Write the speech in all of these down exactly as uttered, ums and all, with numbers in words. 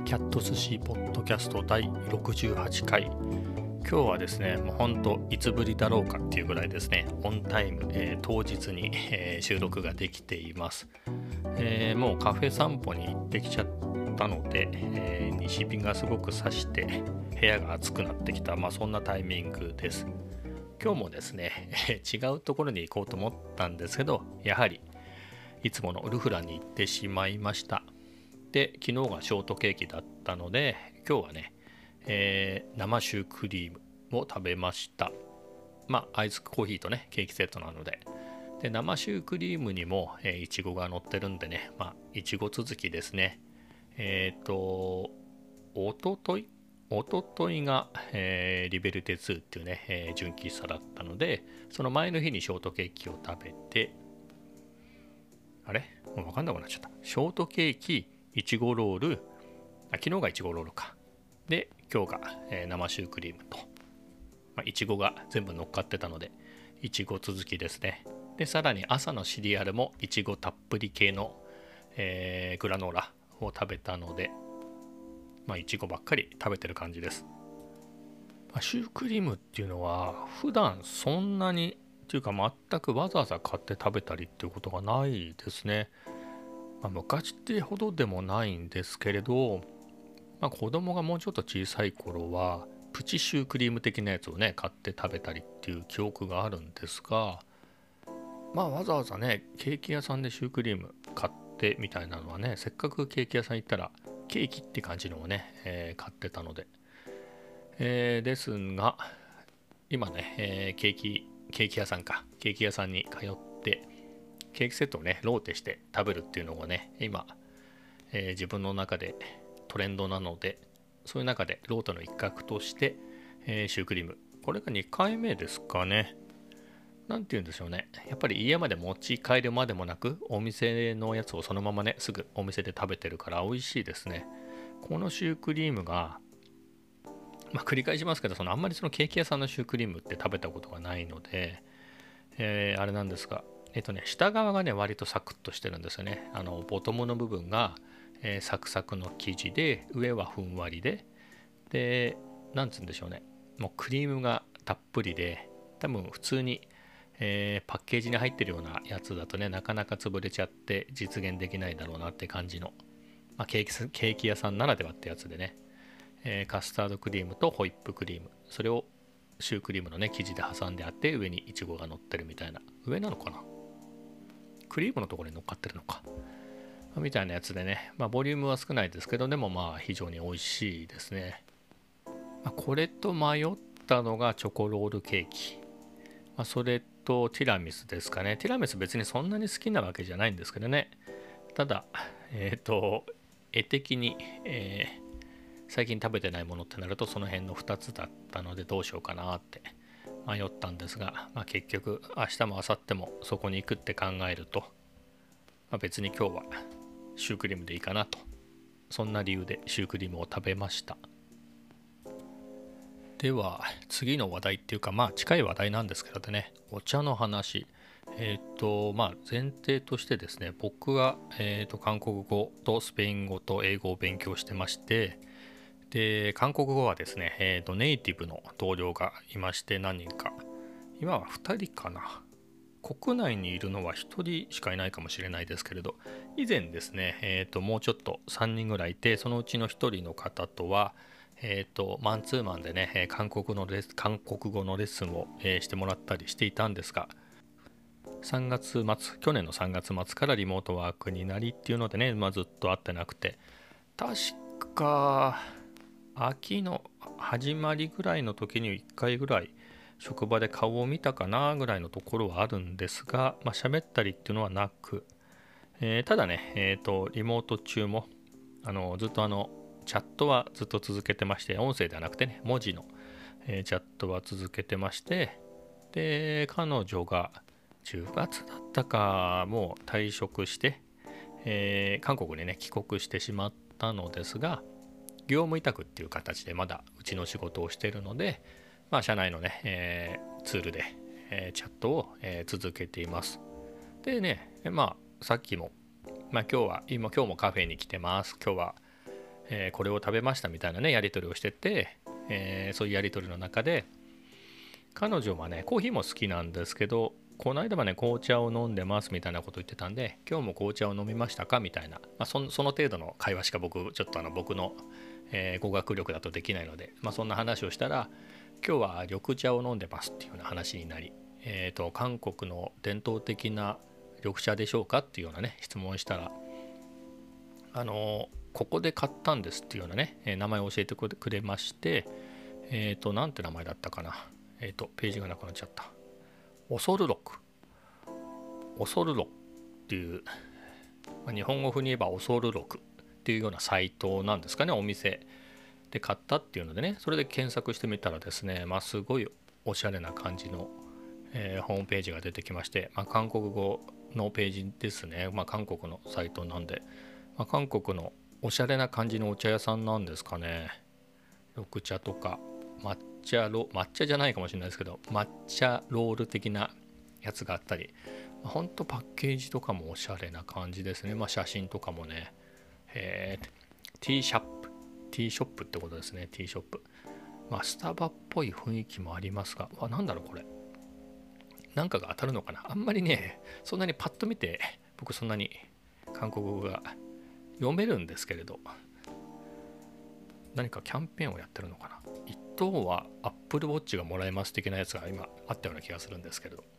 キャット寿司ポッドキャストだいろくじゅうはちかい。今日はですね、もうほんといつぶりだろうかっていうぐらいですね、オンタイム、えー、当日に、えー、収録ができています、えー、もうカフェ散歩に行ってきちゃったので、えー、西日がすごく差して部屋が暑くなってきた、まあそんなタイミングです。今日もですね、違うところに行こうと思ったんですけど、やはりいつものルフラに行ってしまいました。で、昨日がショートケーキだったので、今日はね、えー、生シュークリームを食べました。まあアイスコーヒーとねケーキセットなので、で生シュークリームにもえー、いちごが乗ってるんでね、まあいちご続きですね。えっ、ー、とおとといおとといが、えー、リベルテツーっていうね、えー、純喫茶だったので、その前の日にショートケーキを食べて、あれもう分かんなくなっちゃった。ショートケーキ、いちごロール、あ昨日がいちごロールか。で、今日が、えー、生シュークリームと、まあ、いちごが全部乗っかってたので、いちご続きですね。で、さらに朝のシリアルもいちごたっぷり系の、えー、グラノーラを食べたので、まあ、いちごばっかり食べてる感じです。まあ、シュークリームっていうのは、普段そんなに、っていうか全くわざわざ買って食べたりっていうことがないですね。まあ、昔ってほどでもないんですけれど、まあ、子供がもうちょっと小さい頃はプチシュークリーム的なやつをね買って食べたりっていう記憶があるんですが、まあわざわざねケーキ屋さんでシュークリーム買ってみたいなのはね、せっかくケーキ屋さん行ったらケーキって感じのをね、えー買ってたので、えーですが今ね、えーケーキケーキ屋さんかケーキ屋さんに通ってケーキセットをねローテして食べるっていうのがね今、えー自分の中でトレンドなので、そういう中でロートの一角として、えーシュークリーム、これがにかいめですかね。なんて言うんでしょうね、やっぱり家まで持ち帰るまでもなく、お店のやつをそのままねすぐお店で食べてるから美味しいですね。このシュークリームが、まあ、繰り返しますけど、そのあんまりそのケーキ屋さんのシュークリームって食べたことがないので、えーあれなんですが、えっとね下側がね割とサクッとしてるんですよね。あのボトムの部分が、えーサクサクの生地で、上はふんわりで、で、なんつうんでしょうね、もうクリームがたっぷりで、多分普通に、えーパッケージに入ってるようなやつだとね、なかなか潰れちゃって実現できないだろうなって感じの、まあ、ケーキ、ケーキ屋さんならではってやつでね、えーカスタードクリームとホイップクリーム、それをシュークリームのね生地で挟んであって、上にイチゴが乗ってるみたいな、上なのかな、クリームのところに乗っかってるのかみたいなやつでね、まあ、ボリュームは少ないですけど、でもまあ非常に美味しいですね。まあ、これと迷ったのがチョコロールケーキ、まあ、それとティラミスですかね。ティラミス別にそんなに好きなわけじゃないんですけどね。ただ、えっ、ー、と、絵的に、えー最近食べてないものってなるとその辺のふたつだったので、どうしようかなって迷ったんですが、まあ、結局明日も明後日もそこに行くって考えると、まあ、別に今日はシュークリームでいいかなと、そんな理由でシュークリームを食べました。では次の話題っていうか、まあ近い話題なんですけどね、お茶の話。えっ、ー、とまあ前提としてですね、僕は、えー、と韓国語とスペイン語と英語を勉強してまして、で韓国語はですね、えー、とネイティブの同僚がいまして、何人か、今はふたりかな、国内にいるのはひとりしかいないかもしれないですけれど、以前ですね、えー、ともうちょっとさんにんぐらいいて、そのうちのひとりの方とは、えー、とマンツーマンでね韓国のレス韓国語のレッスンを、えーしてもらったりしていたんですが、さんがつまつ、去年のさんがつまつからリモートワークになりっていうのでね、まあ、ずっと会ってなくて、確か秋の始まりぐらいの時にいっかいぐらい職場で顔を見たかなぐらいのところはあるんですが、まあ、喋ったりっていうのはなく、えーただね、えーとリモート中もあのずっとあのチャットはずっと続けてまして、音声ではなくてね文字の、えーチャットは続けてまして、で彼女がじゅうがつだったかもう退職して、えー韓国にね帰国してしまったのですが、業務委託っていう形でまだうちの仕事をしているので、まあ、社内のね、えーツールで、えーチャットを、えー続けています。でね、まあさっきも、まあ、今日は今今日もカフェに来てます。今日は、 えーこれを食べましたみたいなねやり取りをしてて、えーそういうやり取りの中で彼女はねコーヒーも好きなんですけど、この間はね紅茶を飲んでますみたいなこと言ってたんで、今日も紅茶を飲みましたかみたいな、まあ、そのその程度の会話しか僕ちょっとあの僕の、えー語学力だとできないので、まあ、そんな話をしたら、今日は緑茶を飲んでますっていうような話になり、えーと韓国の伝統的な緑茶でしょうかっていうようなね質問をしたら、あのここで買ったんですっていうようなね、えー名前を教えてくれまして、えっ、となんて名前だったかな、えっ、とページがなくなっちゃった。オソルロクオソルロっていう、まあ、日本語風に言えばオソルロクっていうようなサイトなんですかね、お店で買ったっていうのでね、それで検索してみたらですね、まあすごいおしゃれな感じの、えーホームページが出てきまして、まあ、韓国語のページですね。まあ韓国のサイトなんで、まあ、韓国のおしゃれな感じのお茶屋さんなんですかね。緑茶とか抹茶ロ抹茶じゃないかもしれないですけど、抹茶ロール的なやつがあったり、ほんとパッケージとかもおしゃれな感じですね。まあ写真とかもね、へー、ティーシャップティーショップってことですね。ティーショップ、まあスタバっぽい雰囲気もありますが、あ、なんだろうこれ、なんかが当たるのかな。あんまりねそんなにパッと見て僕そんなに韓国語が読めるんですけれど、何かキャンペーンをやってるのかな。一等は Apple Watch がもらえます的なやつが今あったような気がするんですけれど、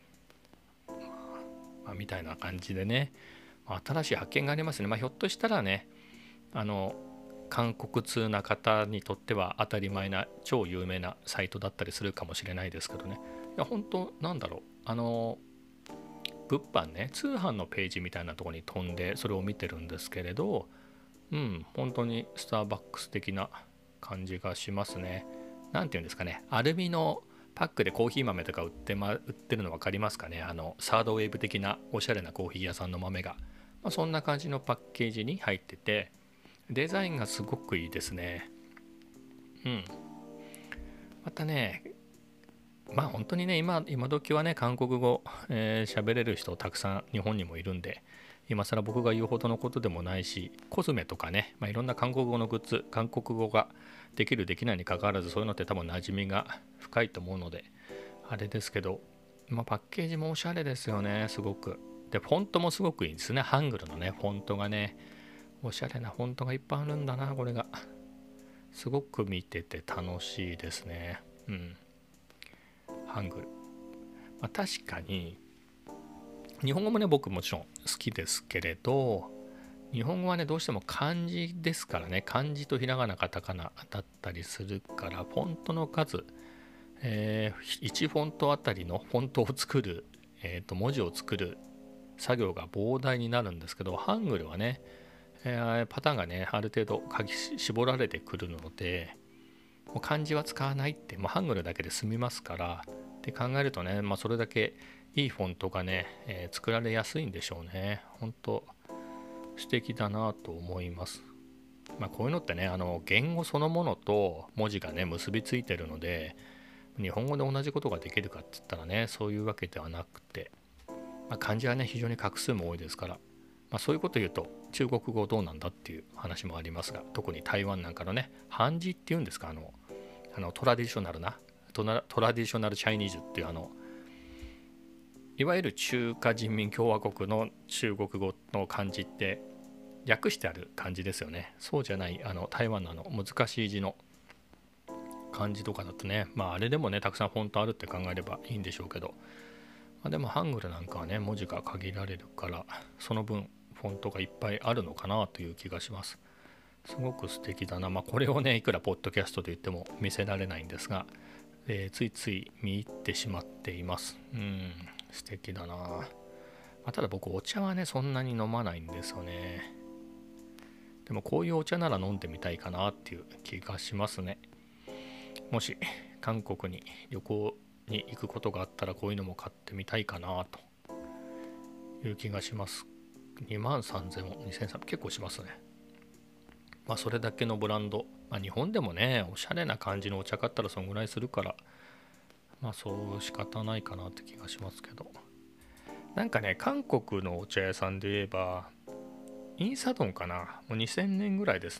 まあ、みたいな感じでね、まあ新しい発見がありますね。まあ、ひょっとしたらね、あの韓国通な方にとっては当たり前な超有名なサイトだったりするかもしれないですけどね。いや本当なんだろう、あの物販ね、通販のページみたいなところに飛んでそれを見てるんですけれど、うん、本当にスターバックス的な感じがしますね。なんていうんですかね、アルミのパックでコーヒー豆とか売って、ま、売ってるの分かりますかね。あのサードウェーブ的なおしゃれなコーヒー屋さんの豆が、まあ、そんな感じのパッケージに入ってて、デザインがすごくいいですね。うん。またね、まあ本当にね、今、今時はね、韓国語喋、えー、れる人たくさん日本にもいるんで、今更僕が言うほどのことでもないし、コスメとかね、まあ、いろんな韓国語のグッズ、韓国語ができるできないにかかわらず、そういうのって多分馴染みが深いと思うので、あれですけど、まあ、パッケージもおしゃれですよね、すごく。で、フォントもすごくいいですね、ハングルのね、フォントがね、おしゃれなフォントがいっぱいあるんだな、これが。すごく見てて楽しいですね。うん。ハングル。まあ、確かに、日本語もね、僕もちろん好きですけれど、日本語はね、どうしても漢字ですからね、漢字とひらがな、カタカナだったりするから、フォントの数、えー、いちフォントあたりのフォントを作る、えーと、文字を作る作業が膨大になるんですけど、ハングルはね、えーパターンがね、ある程度書き絞られてくるので、もう漢字は使わないって、もうハングルだけで済みますからって考えるとね、まあ、それだけいいフォントがね、えー作られやすいんでしょうね。本当素敵だなと思います。まあ、こういうのってね、あの言語そのものと文字がね結びついてるので、日本語で同じことができるかって言ったらね、そういうわけではなくて、まあ、漢字はね非常に画数も多いですから、まあ、そういうこと言うと中国語どうなんだっていう話もありますが、特に台湾なんかのね漢字っていうんですか、あのあのトラディショナルなトラトラディショナルチャイニーズっていう、あのいわゆる中華人民共和国の中国語の漢字って訳してある漢字ですよね。そうじゃないあの台湾のあの難しい字の漢字とかだとね、まああれでもねたくさんフォントあるって考えればいいんでしょうけど、まあ、でもハングルなんかはね文字が限られるから、その分フォントがいっぱいあるのかなという気がします。すごく素敵だな。まあこれをねいくらポッドキャストで言っても見せられないんですが、えーついつい見入ってしまっています。うん、素敵だな。まあ、ただ僕お茶はねそんなに飲まないんですよね。でもこういうお茶なら飲んでみたいかなっていう気がしますね。もし韓国に旅行に行くことがあったら、こういうのも買ってみたいかなという気がします。にまんさんぜんウォン、にせんさんびゃく結構しますね。まあそれだけのブランド、まあ、日本でもねおしゃれな感じのお茶買ったらそんぐらいするから、まあそう仕方ないかなって気がしますけど、なんかね韓国のお茶屋さんで言えばインサドンかな、もうにせんねんぐらいですね。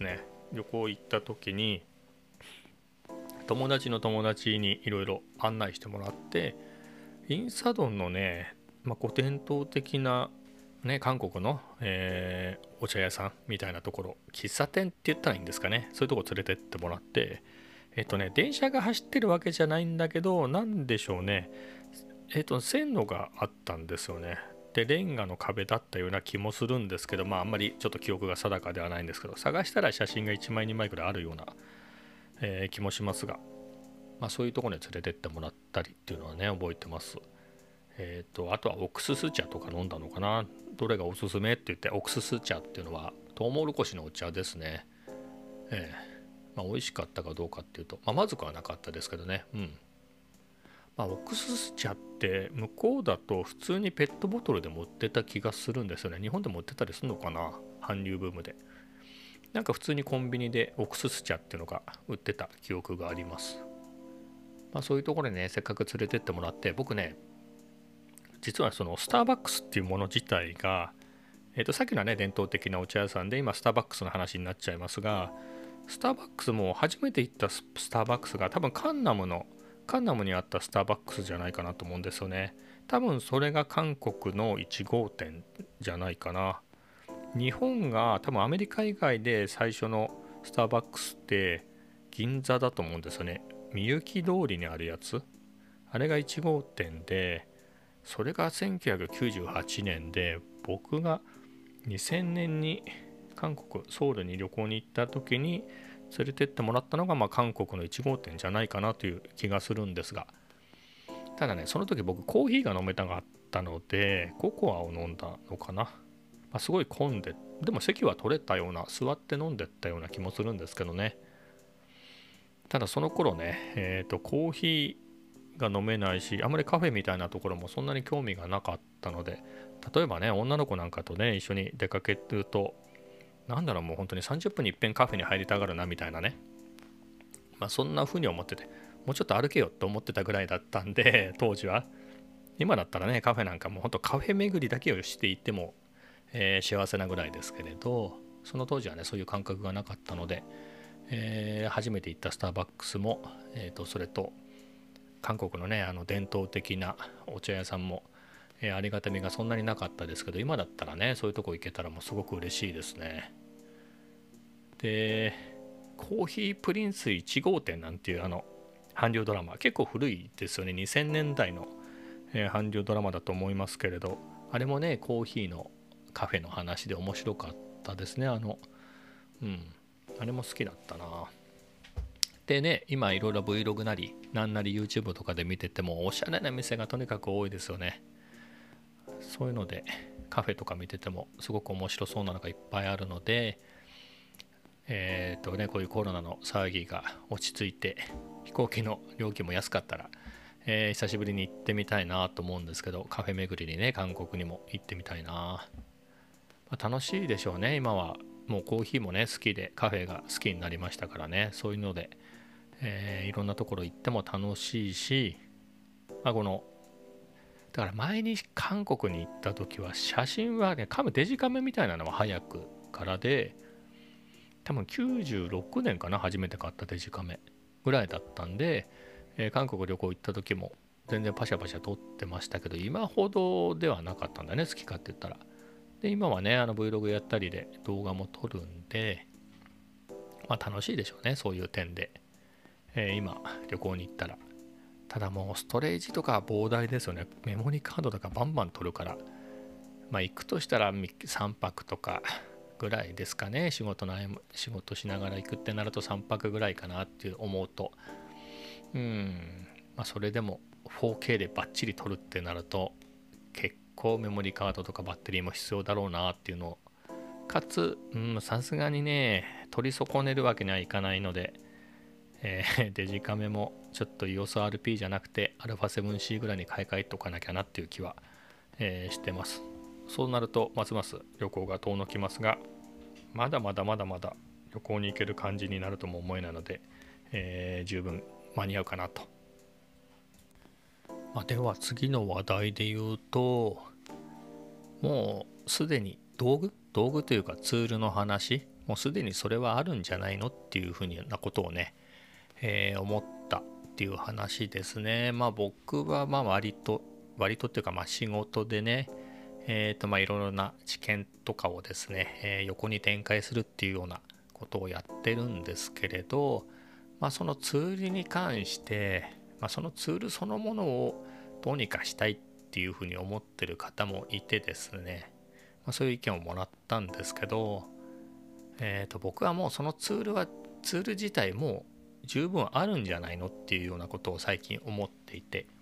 旅行行った時に友達の友達にいろいろ案内してもらって、インサドンのね、まあ、こう伝統的な、ね、韓国の、えーお茶屋さんみたいなところ、喫茶店って言ったらいいんですかね、そういうとこ連れてってもらって、えっとね電車が走ってるわけじゃないんだけど、なんでしょうね、えっと線路があったんですよね。でレンガの壁だったような気もするんですけど、まああんまりちょっと記憶が定かではないんですけど、探したら写真がいちまいにまいぐらいあるような、えー気もしますが、まあ、そういうところに連れてってもらったりっていうのはね覚えてます。えっとあとはオクスス茶とか飲んだのかな。どれがおすすめって言って、オクスス茶っていうのはトウモロコシのお茶ですね。ええまあ、美味しかったかどうかっていうと、まあ、まずくはなかったですけどね。うん。まあ、オクスス茶って向こうだと普通にペットボトルで持ってた気がするんですよね。日本で持ってたりするのかな、韓流ブームで。なんか普通にコンビニでオクスス茶っていうのが売ってた記憶があります。まあ、そういうところにねせっかく連れてってもらって、僕ね実はそのスターバックスっていうもの自体が、えー、とさっきのはね伝統的なお茶屋さんで、今スターバックスの話になっちゃいますが、スターバックスも初めて行ったスターバックスが多分カンナムのカンナムにあったスターバックスじゃないかなと思うんですよね。多分それが韓国のいち号店じゃないかな。日本が多分アメリカ以外で最初のスターバックスって銀座だと思うんですよね。みゆき通りにあるやつ、あれがいち号店で、それがせんきゅうひゃくきゅうじゅうはちねんで、僕がにせんねんに韓国ソウルに旅行に行った時に連れてってもらったのが、まあ韓国のいち号店じゃないかなという気がするんですが、ただねその時僕コーヒーが飲めたかったのでココアを飲んだのかな。まあ、すごい混んで、でも席は取れたような、座って飲んでったような気もするんですけどね。ただその頃ね、えっとコーヒーが飲めないし、あまりカフェみたいなところもそんなに興味がなかったので、例えばね女の子なんかとね一緒に出かけてると、なんだろう、もう本当にさんじゅっぷんに一遍カフェに入りたがるなみたいなね、まあそんな風に思ってて、もうちょっと歩けよと思ってたぐらいだったんで、当時は。今だったらねカフェなんかもう本当カフェ巡りだけをしていっても、えー幸せなぐらいですけれど、その当時はねそういう感覚がなかったので、えー初めて行ったスターバックスも、えーとそれと韓国のねあの伝統的なお茶屋さんも、えーありがたみがそんなになかったですけど、今だったらねそういうとこ行けたらもうすごく嬉しいですね。でコーヒープリンスいち号店なんていうあの韓流ドラマ、結構古いですよね。にせんねんだいの、えー韓流ドラマだと思いますけれど、あれもねコーヒーのカフェの話で面白かったですね。あのうんあれも好きだったな。でね、今いろいろ Vlog なりなんなり YouTube とかで見ててもおしゃれな店がとにかく多いですよね。そういうのでカフェとか見ててもすごく面白そうなのがいっぱいあるので、えっとねこういうコロナの騒ぎが落ち着いて飛行機の料金も安かったら、えー久しぶりに行ってみたいなと思うんですけど、カフェ巡りにね韓国にも行ってみたいな。まあ楽しいでしょうね。今はもうコーヒーもね好きでカフェが好きになりましたからね。そういうので、えーいろんなところ行っても楽しいし、まあ、このだから前に韓国に行った時は写真はねカメデジカメみたいなのは早くからで、多分きゅうじゅうろくねんかな初めて買ったデジカメぐらいだったんで、えー韓国旅行行った時も全然パシャパシャ撮ってましたけど、今ほどではなかったんだね、好きかって言ったら。で今はねあの Vlog やったりで動画も撮るんで、まあ楽しいでしょうね、そういう点で。えー今旅行に行ったら、ただもうストレージとか膨大ですよね。メモリーカードとかバンバン取るから、まあ行くとしたらさんぱくとかぐらいですかね。仕事の仕事しながら行くってなるとさんぱくぐらいかなって思うと、うん、まあそれでも フォーケー でバッチリ撮るってなると結構メモリーカードとかバッテリーも必要だろうなっていうのを、かつさすがにね取り損ねるわけにはいかないので、えーデジカメもちょっと イーオーエスアールピー じゃなくて アルファセブンシー ぐらいに買い替えておかなきゃなっていう気は、えーしてます。そうなるとますます旅行が遠のきますが、まだまだまだまだ旅行に行ける感じになるとも思えないので、えー十分間に合うかなと。まあ、では次の話題で言うと、もうすでに道具道具というかツールの話、 もうすでにそれはあるんじゃないのっていうふうなことをね、えー、思ったっていう話ですね。まあ僕はまあ割と割とっていうかまあ仕事でね、えーとまあいろいろな知見とかをですね、えー、横に展開するっていうようなことをやってるんですけれど、まあそのツールに関して、まあ、そのツールそのものをどうにかしたいっていうふうに思ってる方もいてですね、まあ、そういう意見をもらったんですけど、えーと僕はもうそのツールはツール自体もう十分あるんじゃないのっていうようなことを最近思っていて、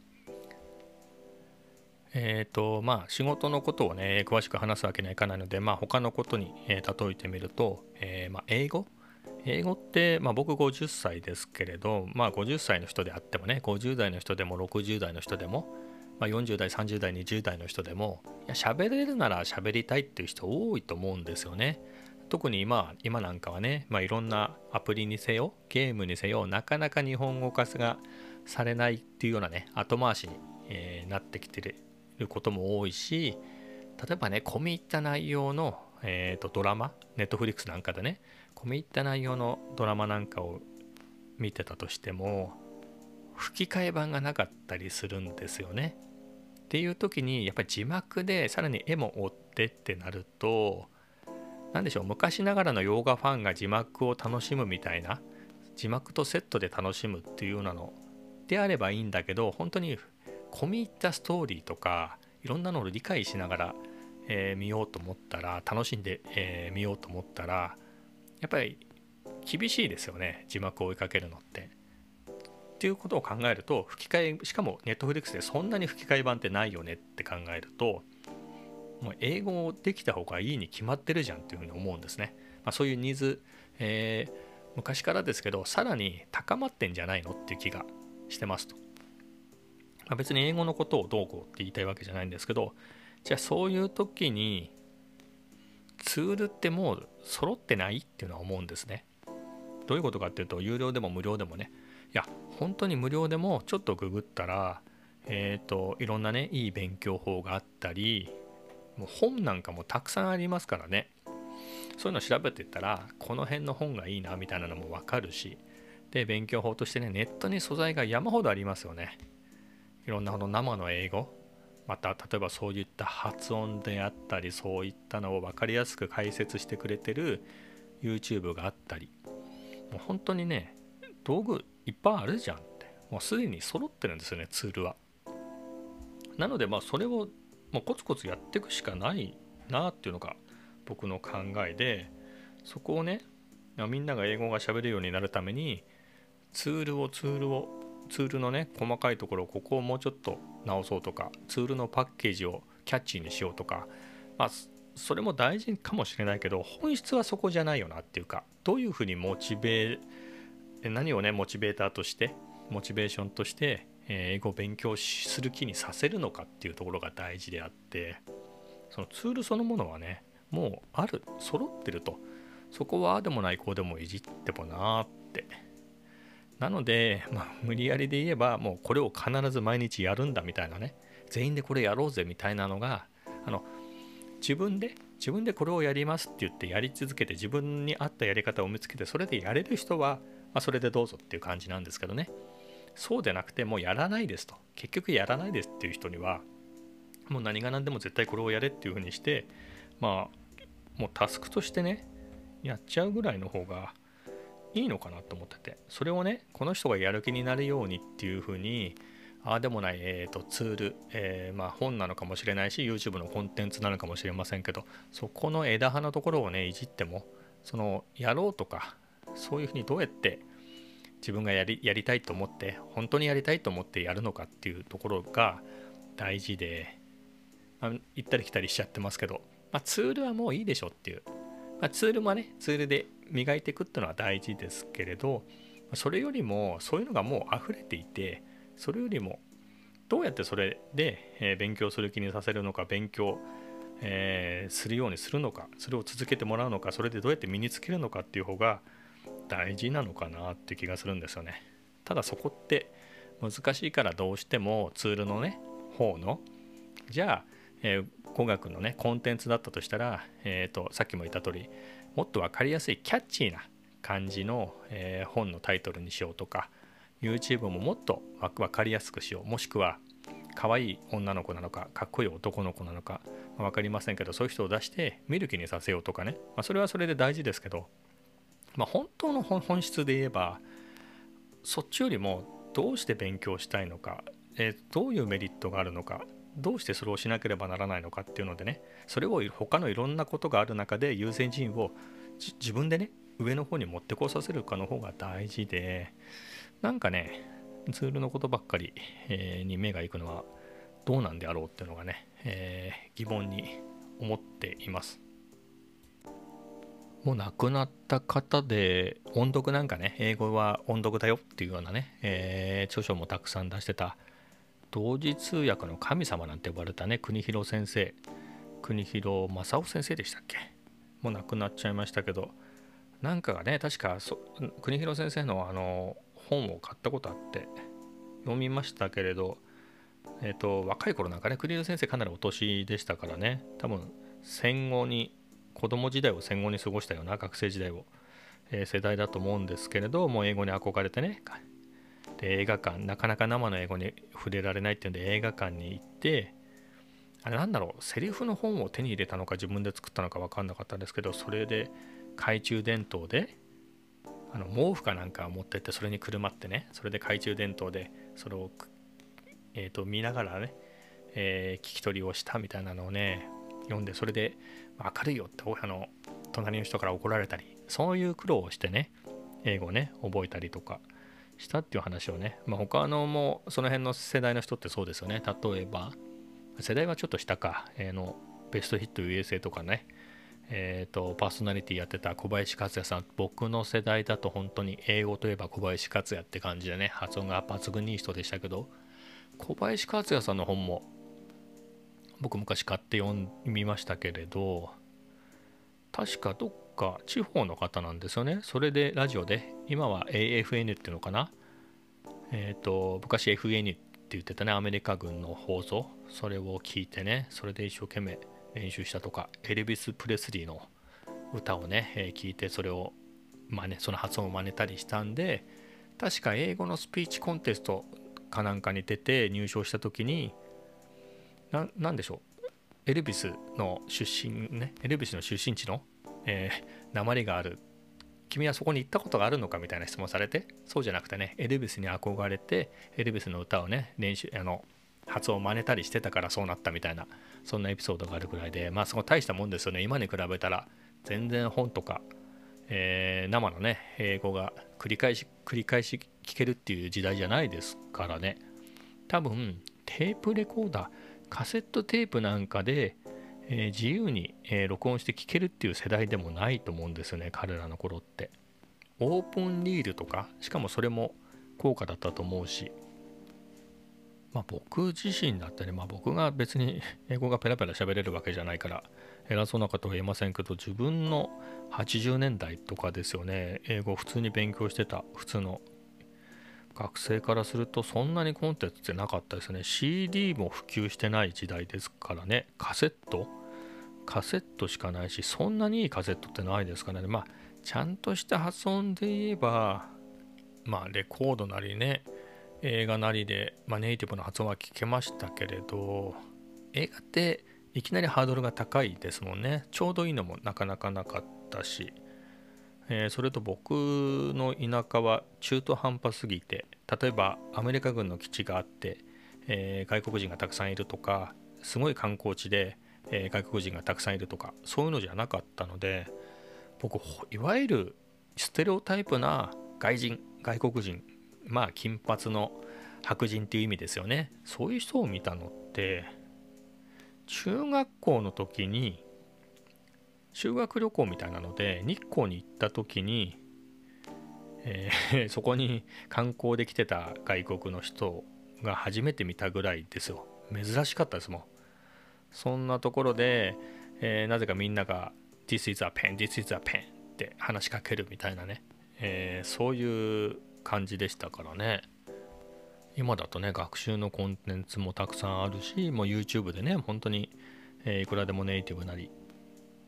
えっとまあ仕事のことをね詳しく話すわけにはいかないので、まあ他のことに、えー、例えてみると、えーまあ、英語英語って、まあ、僕ごじゅっさいですけれど、まあ、ごじゅっさいの人であってもね、ごじゅう代の人でもろくじゅう代の人でも、まあ、よんじゅう代さんじゅう代にじゅう代の人でも、いや喋れるなら喋りたいっていう人多いと思うんですよね。特に今今なんかはね、まあ、いろんなアプリにせよゲームにせよなかなか日本語化がされないっていうようなね後回しに、えーなってきてることも多いし、例えばね込み入った内容の、えーとドラマ、ネットフリックスなんかでね込み入った内容のドラマなんかを見てたとしても吹き替え版がなかったりするんですよね。っていう時にやっぱり字幕でさらに絵も追ってってなると、何でしょう、昔ながらの洋画ファンが字幕を楽しむみたいな、字幕とセットで楽しむっていうようなのであればいいんだけど、本当に込み入ったストーリーとかいろんなのを理解しながら、えー見ようと思ったら楽しんで、えー見ようと思ったらやっぱり厳しいですよね、字幕を追いかけるのって。っていうことを考えると、吹き替え、しかもネットフリックスでそんなに吹き替え版ってないよねって考えると、もう英語できた方がいいに決まってるじゃんっていうふうに思うんですね。まあ、そういうニーズ、えー昔からですけどさらに高まってんじゃないのっていう気がしてますと。まあ、別に英語のことをどうこうって言いたいわけじゃないんですけど、じゃあそういう時にツールってもう揃ってないっていうのは思うんですね。どういうことかっていうと、有料でも無料でもね、いや本当に無料でもちょっとググったら、えっといろんなねいい勉強法があったり、もう本なんかもたくさんありますからね。そういうのを調べていったらこの辺の本がいいなみたいなのも分かるし、で勉強法としてねネットに素材が山ほどありますよね。いろんなこの生の英語、また例えばそういった発音であったり、そういったのを分かりやすく解説してくれてる YouTube があったり、もう本当にね道具いっぱいあるじゃんって、もうすでに揃ってるんですよねツールは。なのでまあそれをもうコツコツやっていくしかないなっていうのが僕の考えで、そこをねみんなが英語が喋れるようになるためにツールをツールをツールのね細かいところをここをもうちょっと直そうとか、ツールのパッケージをキャッチーにしようとか、まあそれも大事かもしれないけど本質はそこじゃないよなっていうか、どういうふうにモチベ何をねモチベーターとしてモチベーションとして英語を勉強する気にさせるのかっていうところが大事であって、そのツールそのものはねもうある、揃ってると、そこはああでもないこうでもいじってもなーって。なので、まあ、無理やりで言えばもうこれを必ず毎日やるんだみたいなね、全員でこれやろうぜみたいなのが、あの自分で自分でこれをやりますって言ってやり続けて、自分に合ったやり方を見つけてそれでやれる人は、まあ、それでどうぞっていう感じなんですけどね。そうでなくてもうやらないですと、結局やらないですっていう人にはもう何が何でも絶対これをやれっていう風にして、まあもうタスクとしてねやっちゃうぐらいの方がいいのかなと思ってて、それをねこの人がやる気になるようにっていう風にああでもない、えーと、ツール、えー、まあ本なのかもしれないし YouTube のコンテンツなのかもしれませんけど、そこの枝葉のところをねいじっても、そのやろうとかそういう風にどうやって自分がやり、やりたいと思って本当にやりたいと思ってやるのかっていうところが大事で、まあ、行ったり来たりしちゃってますけど、まあ、ツールはもういいでしょっていう、まあ、ツールもねツールで磨いていくっていうのは大事ですけれど、それよりもそういうのがもう溢れていて、それよりもどうやってそれで、えー、勉強する気にさせるのか、勉強、えー、するようにするのか、それを続けてもらうのか、それでどうやって身につけるのかっていう方が大事なのかなって気がするんですよね。ただそこって難しいから、どうしてもツールのね方のじゃあ、えー、語学のねコンテンツだったとしたら、えーとさっきも言った通りもっと分かりやすいキャッチーな感じの、えー、本のタイトルにしようとか、 YouTube ももっと分かりやすくしよう、もしくは可愛い女の子なのかかっこいい男の子なのか、まあ、分かりませんけど、そういう人を出して見る気にさせようとかね、まあ、それはそれで大事ですけど、まあ、本当の本質で言えばそっちよりもどうして勉強したいのか、えー、どういうメリットがあるのか、どうしてそれをしなければならないのかっていうのでね、それを他のいろんなことがある中で優先順位を自分でね上の方に持ってこさせるかの方が大事で、なんかねツールのことばっかり、えー、に目がいくのはどうなんであろうっていうのがね、えー、疑問に思っています。もう亡くなった方で音読なんかね、英語は音読だよっていうようなね、えー、著書もたくさん出してた同時通訳の神様なんて呼ばれたね国広先生、国広正夫先生でしたっけ、もう亡くなっちゃいましたけど、なんかがね確かそ国広先生のあの本を買ったことあって読みましたけれど、えっと若い頃なんかね国広先生かなりお年でしたからね、多分戦後に子供時代を戦後に過ごしたような学生時代を、えー、世代だと思うんですけれど、もう英語に憧れてね、で映画館なかなか生の英語に触れられないっていうんで映画館に行って、あれなんだろう、セリフの本を手に入れたのか自分で作ったのか分かんなかったんですけど、それで懐中電灯であの毛布かなんかを持ってって、それにくるまってね、それで懐中電灯でそれを、えー、と見ながらね、えー、聞き取りをしたみたいなのをね読んで、それで明るいよってあの隣の人から怒られたり、そういう苦労をしてね英語をね覚えたりとかしたっていう話をね、まあ、他のもその辺の世代の人ってそうですよね。例えば世代はちょっと下か、えー、のベストヒット ユーエスエー とかね、えー、とパーソナリティやってた小林克也さん、僕の世代だと本当に英語といえば小林克也って感じでね、発音が抜群にいい人でしたけど、小林克也さんの本も僕昔買って読みましたけれど、確かどっか地方の方なんですよね。それでラジオで、今は エーエフエヌ っていうのかな、えっ、ー、と昔 エフエヌ って言ってたねアメリカ軍の放送、それを聞いてね、それで一生懸命練習したとか、エルビス・プレスリーの歌をね、えー、聞いてそれを真似、その発音を真似たりしたんで、確か英語のスピーチコンテストかなんかに出て入賞した時に、な, なんでしょう、エルビスの出身ね、エルビスの出身地の、えー、訛りがある、君はそこに行ったことがあるのかみたいな質問されて、そうじゃなくてね、エルビスに憧れてエルビスの歌をね練習、あの発音を真似たりしてたからそうなったみたいな、そんなエピソードがあるぐらいで、まあそこ大したもんですよね。今に比べたら全然本とか、えー、生のね英語が繰り返し繰り返し聞けるっていう時代じゃないですからね。多分テープレコーダー、カセットテープなんかで、えー、自由に、えー、録音して聴けるっていう世代でもないと思うんですよね、彼らの頃って。オープンリールとか、しかもそれも高価だったと思うし、まあ僕自身だったり、まあ僕が別に英語がペラペラ喋れるわけじゃないから偉そうなことは言えませんけど、自分のはちじゅうねんだいとかですよね、英語を普通に勉強してた普通の学生からするとそんなにコンテンツってなかったですね。 シーディー も普及してない時代ですからね。カセットカセットしかないし、そんなにいいカセットってないですからね。まあちゃんとした発音で言えば、まあレコードなりね映画なりで、まあ、ネイティブの発音は聞けましたけれど、映画っていきなりハードルが高いですもんね。ちょうどいいのもなかなかなかったし、えー、それと僕の田舎は中途半端すぎて、例えばアメリカ軍の基地があって、えー、外国人がたくさんいるとか、すごい観光地で、えー、外国人がたくさんいるとか、そういうのじゃなかったので、僕いわゆるステレオタイプな外人外国人、まあ金髪の白人っていう意味ですよね。そういう人を見たのって中学校の時に修学旅行みたいなので日光に行った時に、えー、そこに観光で来てた外国の人が初めて見たぐらいですよ。珍しかったですもん。そんなところで、えー、なぜかみんなが This is a pen, this is a pen って話しかけるみたいなね、えー、そういう感じでしたからね。今だとね学習のコンテンツもたくさんあるし、もう YouTube でね本当に、えー、いくらでもネイティブなり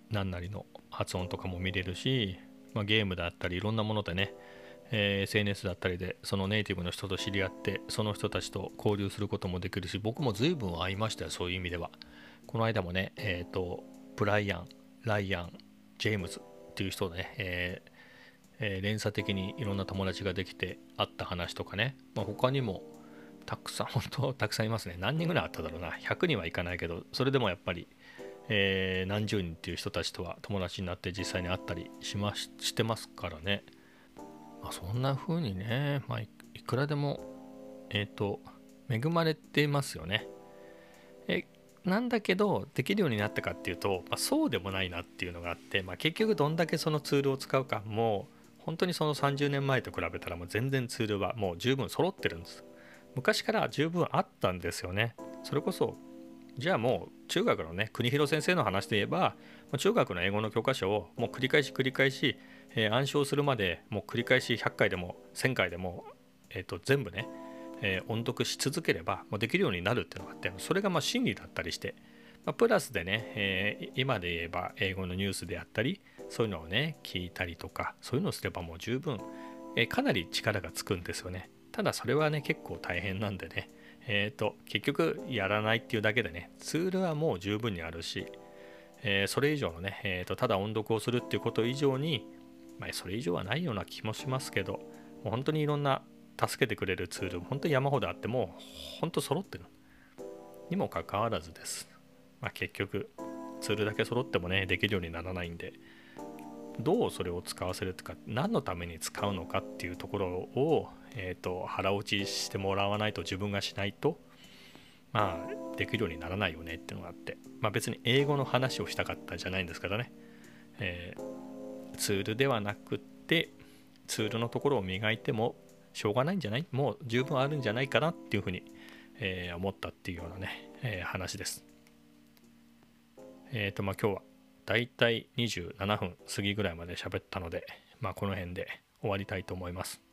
何なりの発音とかも見れるし、まあ、ゲームだったりいろんなものでね、えー、エスエヌエス だったりでそのネイティブの人と知り合ってその人たちと交流することもできるし、僕も随分会いましたよ、そういう意味では。この間もね、えっ、ー、とブライアン、ライアン、ジェームズっていう人でね、えーえー、連鎖的にいろんな友達ができて会った話とかね、まあ、他にもたくさん、本当たくさんいますね。何人ぐらいあっただろうな、ひゃくにんはいかないけど、それでもやっぱり、えー、何十人っていう人たちとは友達になって実際に会ったりしまし、してますからね。まあ、そんな風にね、まあ、い, いくらでも、えっ、ー、と、恵まれてますよね。えなんだけど、できるようになったかっていうと、まあ、そうでもないなっていうのがあって、まあ、結局どんだけそのツールを使うか、もう本当にそのさんじゅうねんまえと比べたらもう全然ツールはもう十分揃ってるんです。昔から十分あったんですよね。それこそ、じゃあもう中学のね、国広先生の話で言えば、中学の英語の教科書をもう繰り返し繰り返し、えー、暗唱するまでもう繰り返しひゃっかいでもせんかいでも、えー、と全部ね、えー、音読し続ければもうできるようになるっていうのがあって、それがまあ真理だったりして、まあ、プラスでね、えー、今で言えば英語のニュースであったり、そういうのをね聞いたりとか、そういうのをすればもう十分、えー、かなり力がつくんですよね。ただそれはね結構大変なんでね、えーと結局やらないっていうだけでね、ツールはもう十分にあるし、えー、それ以上のね、えーとただ音読をするっていうこと以上に、まあ、それ以上はないような気もしますけど、もう本当にいろんな助けてくれるツール本当に山ほどあって、もう本当揃ってるにもかかわらずです。まあ、結局ツールだけ揃ってもねできるようにならないんで、どうそれを使わせるとか何のために使うのかっていうところを、えーと腹落ちしてもらわないと、自分がしないとまあできるようにならないよねっていうのがあって、まあ別に英語の話をしたかったじゃないんですからね、えー、ツールではなくってツールのところを磨いてもしょうがないんじゃない、もう十分あるんじゃないかなっていうふうに、えー、思ったっていうようなね、えー、話です。えっ、ー、とまあ今日はだいたいにじゅうななふん過ぎぐらいまで喋ったので、まあこの辺で終わりたいと思います。